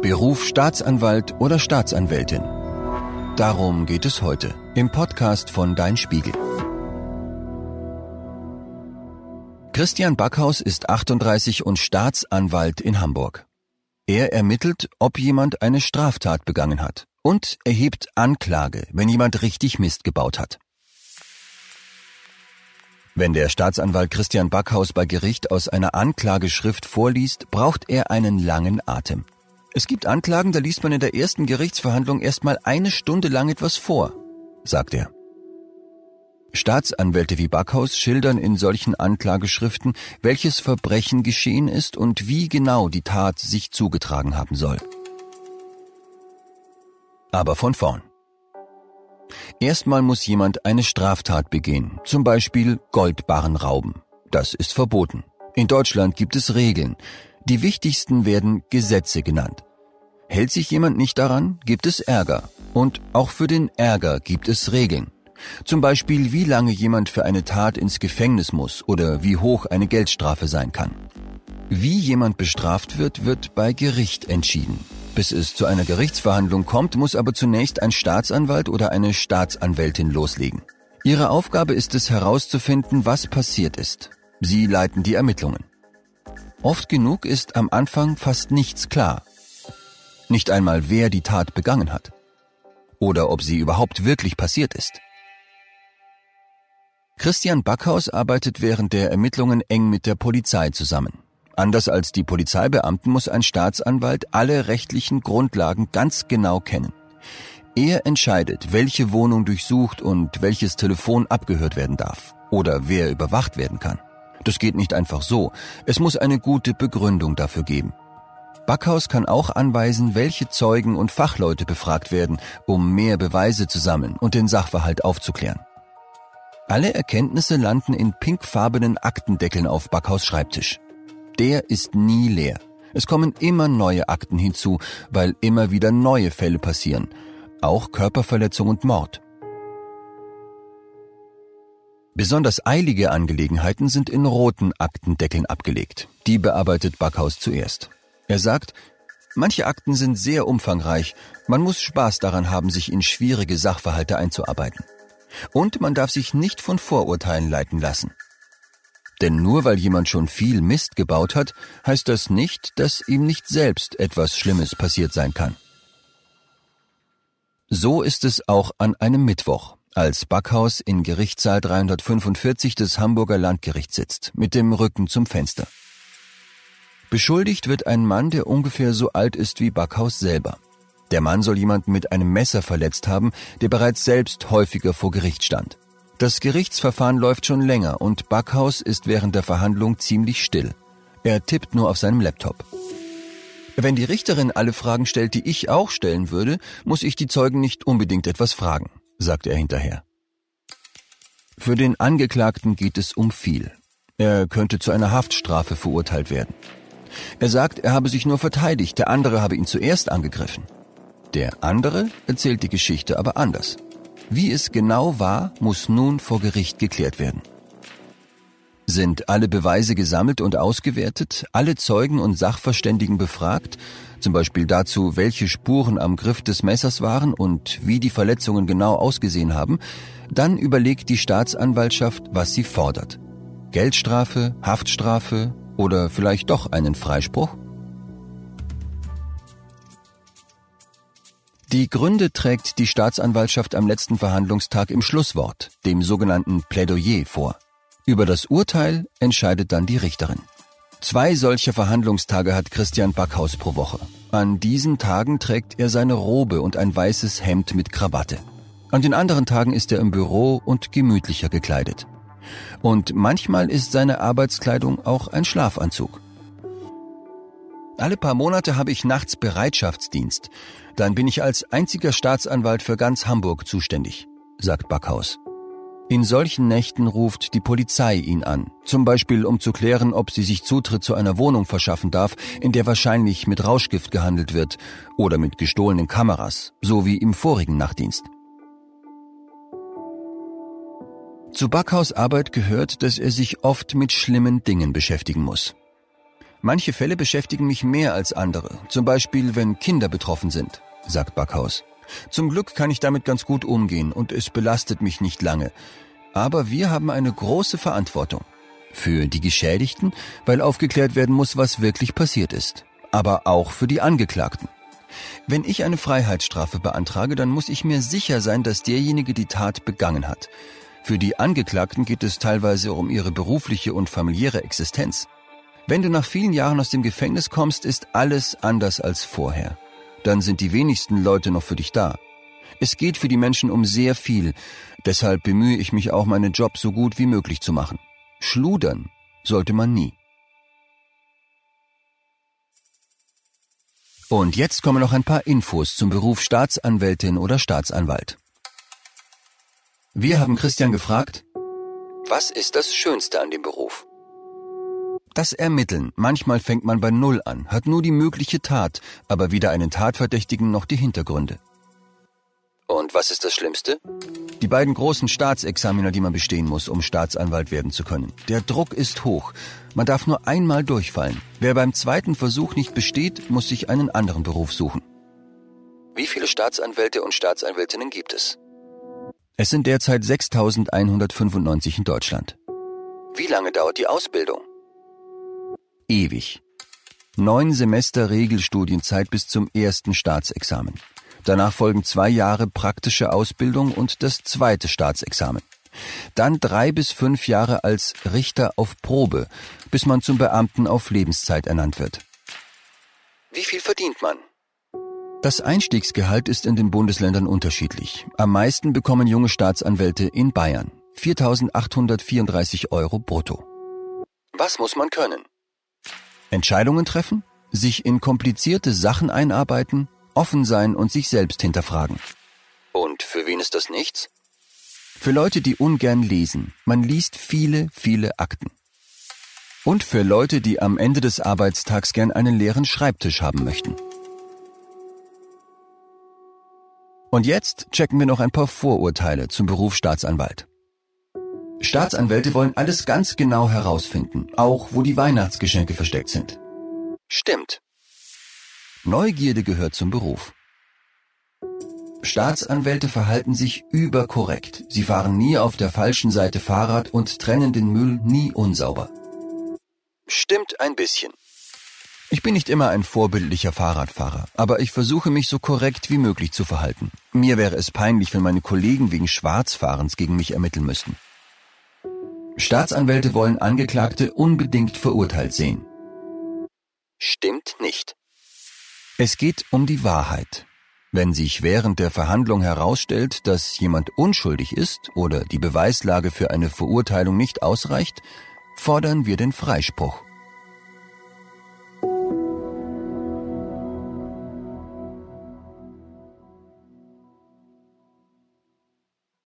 Beruf Staatsanwalt oder Staatsanwältin. Darum geht es heute im Podcast von Dein Spiegel. Christian Backhaus ist 38 und Staatsanwalt in Hamburg. Er ermittelt, ob jemand eine Straftat begangen hat und erhebt Anklage, wenn jemand richtig Mist gebaut hat. Wenn der Staatsanwalt Christian Backhaus bei Gericht aus einer Anklageschrift vorliest, braucht er einen langen Atem. Es gibt Anklagen, da liest man in der ersten Gerichtsverhandlung erstmal 1 Stunde lang etwas vor, sagt er. Staatsanwälte wie Backhaus schildern in solchen Anklageschriften, welches Verbrechen geschehen ist und wie genau die Tat sich zugetragen haben soll. Aber von vorn. Erstmal muss jemand eine Straftat begehen, zum Beispiel Goldbarren rauben. Das ist verboten. In Deutschland gibt es Regeln. Die wichtigsten werden Gesetze genannt. Hält sich jemand nicht daran, gibt es Ärger. Und auch für den Ärger gibt es Regeln. Zum Beispiel, wie lange jemand für eine Tat ins Gefängnis muss oder wie hoch eine Geldstrafe sein kann. Wie jemand bestraft wird, wird bei Gericht entschieden. Bis es zu einer Gerichtsverhandlung kommt, muss aber zunächst ein Staatsanwalt oder eine Staatsanwältin loslegen. Ihre Aufgabe ist es herauszufinden, was passiert ist. Sie leiten die Ermittlungen. Oft genug ist am Anfang fast nichts klar. Nicht einmal, wer die Tat begangen hat. Oder ob sie überhaupt wirklich passiert ist. Christian Backhaus arbeitet während der Ermittlungen eng mit der Polizei zusammen. Anders als die Polizeibeamten muss ein Staatsanwalt alle rechtlichen Grundlagen ganz genau kennen. Er entscheidet, welche Wohnung durchsucht und welches Telefon abgehört werden darf oder wer überwacht werden kann. Das geht nicht einfach so. Es muss eine gute Begründung dafür geben. Backhaus kann auch anweisen, welche Zeugen und Fachleute befragt werden, um mehr Beweise zu sammeln und den Sachverhalt aufzuklären. Alle Erkenntnisse landen in pinkfarbenen Aktendeckeln auf Backhaus' Schreibtisch. Der ist nie leer. Es kommen immer neue Akten hinzu, weil immer wieder neue Fälle passieren. Auch Körperverletzung und Mord. Besonders eilige Angelegenheiten sind in roten Aktendeckeln abgelegt. Die bearbeitet Backhaus zuerst. Er sagt, manche Akten sind sehr umfangreich. Man muss Spaß daran haben, sich in schwierige Sachverhalte einzuarbeiten. Und man darf sich nicht von Vorurteilen leiten lassen. Denn nur weil jemand schon viel Mist gebaut hat, heißt das nicht, dass ihm nicht selbst etwas Schlimmes passiert sein kann. So ist es auch an einem Mittwoch, als Backhaus in Gerichtssaal 345 des Hamburger Landgerichts sitzt, mit dem Rücken zum Fenster. Beschuldigt wird ein Mann, der ungefähr so alt ist wie Backhaus selber. Der Mann soll jemanden mit einem Messer verletzt haben, der bereits selbst häufiger vor Gericht stand. Das Gerichtsverfahren läuft schon länger und Backhaus ist während der Verhandlung ziemlich still. Er tippt nur auf seinem Laptop. Wenn die Richterin alle Fragen stellt, die ich auch stellen würde, muss ich die Zeugen nicht unbedingt etwas fragen, sagt er hinterher. Für den Angeklagten geht es um viel. Er könnte zu einer Haftstrafe verurteilt werden. Er sagt, er habe sich nur verteidigt, der andere habe ihn zuerst angegriffen. Der andere erzählt die Geschichte aber anders. Wie es genau war, muss nun vor Gericht geklärt werden. Sind alle Beweise gesammelt und ausgewertet, alle Zeugen und Sachverständigen befragt, zum Beispiel dazu, welche Spuren am Griff des Messers waren und wie die Verletzungen genau ausgesehen haben, dann überlegt die Staatsanwaltschaft, was sie fordert. Geldstrafe, Haftstrafe oder vielleicht doch einen Freispruch? Die Gründe trägt die Staatsanwaltschaft am letzten Verhandlungstag im Schlusswort, dem sogenannten Plädoyer, vor. Über das Urteil entscheidet dann die Richterin. 2 solcher Verhandlungstage hat Christian Backhaus pro Woche. An diesen Tagen trägt er seine Robe und ein weißes Hemd mit Krawatte. An den anderen Tagen ist er im Büro und gemütlicher gekleidet. Und manchmal ist seine Arbeitskleidung auch ein Schlafanzug. Alle paar Monate habe ich nachts Bereitschaftsdienst. Dann bin ich als einziger Staatsanwalt für ganz Hamburg zuständig, sagt Backhaus. In solchen Nächten ruft die Polizei ihn an, zum Beispiel um zu klären, ob sie sich Zutritt zu einer Wohnung verschaffen darf, in der wahrscheinlich mit Rauschgift gehandelt wird oder mit gestohlenen Kameras, so wie im vorigen Nachtdienst. Zu Backhaus' Arbeit gehört, dass er sich oft mit schlimmen Dingen beschäftigen muss. Manche Fälle beschäftigen mich mehr als andere, zum Beispiel wenn Kinder betroffen sind, sagt Backhaus. Zum Glück kann ich damit ganz gut umgehen und es belastet mich nicht lange. Aber wir haben eine große Verantwortung. Für die Geschädigten, weil aufgeklärt werden muss, was wirklich passiert ist. Aber auch für die Angeklagten. Wenn ich eine Freiheitsstrafe beantrage, dann muss ich mir sicher sein, dass derjenige die Tat begangen hat. Für die Angeklagten geht es teilweise um ihre berufliche und familiäre Existenz. Wenn du nach vielen Jahren aus dem Gefängnis kommst, ist alles anders als vorher. Dann sind die wenigsten Leute noch für dich da. Es geht für die Menschen um sehr viel. Deshalb bemühe ich mich auch, meinen Job so gut wie möglich zu machen. Schludern sollte man nie. Und jetzt kommen noch ein paar Infos zum Beruf Staatsanwältin oder Staatsanwalt. Wir haben Christian gefragt, was ist das Schönste an dem Beruf? Das Ermitteln. Manchmal fängt man bei Null an, hat nur die mögliche Tat, aber weder einen Tatverdächtigen noch die Hintergründe. Und was ist das Schlimmste? Die beiden großen Staatsexaminer, die man bestehen muss, um Staatsanwalt werden zu können. Der Druck ist hoch. Man darf nur einmal durchfallen. Wer beim zweiten Versuch nicht besteht, muss sich einen anderen Beruf suchen. Wie viele Staatsanwälte und Staatsanwältinnen gibt es? Es sind derzeit 6.195 in Deutschland. Wie lange dauert die Ausbildung? Ewig. 9 Semester Regelstudienzeit bis zum ersten Staatsexamen. Danach folgen 2 Jahre praktische Ausbildung und das zweite Staatsexamen. Dann 3 bis 5 Jahre als Richter auf Probe, bis man zum Beamten auf Lebenszeit ernannt wird. Wie viel verdient man? Das Einstiegsgehalt ist in den Bundesländern unterschiedlich. Am meisten bekommen junge Staatsanwälte in Bayern. 4.834 € brutto. Was muss man können? Entscheidungen treffen, sich in komplizierte Sachen einarbeiten, offen sein und sich selbst hinterfragen. Und für wen ist das nichts? Für Leute, die ungern lesen. Man liest viele, viele Akten. Und für Leute, die am Ende des Arbeitstags gern einen leeren Schreibtisch haben möchten. Und jetzt checken wir noch ein paar Vorurteile zum Beruf Staatsanwalt. Staatsanwälte wollen alles ganz genau herausfinden, auch wo die Weihnachtsgeschenke versteckt sind. Stimmt. Neugierde gehört zum Beruf. Staatsanwälte verhalten sich überkorrekt. Sie fahren nie auf der falschen Seite Fahrrad und trennen den Müll nie unsauber. Stimmt ein bisschen. Ich bin nicht immer ein vorbildlicher Fahrradfahrer, aber ich versuche mich so korrekt wie möglich zu verhalten. Mir wäre es peinlich, wenn meine Kollegen wegen Schwarzfahrens gegen mich ermitteln müssten. Staatsanwälte wollen Angeklagte unbedingt verurteilt sehen. Stimmt nicht. Es geht um die Wahrheit. Wenn sich während der Verhandlung herausstellt, dass jemand unschuldig ist oder die Beweislage für eine Verurteilung nicht ausreicht, fordern wir den Freispruch.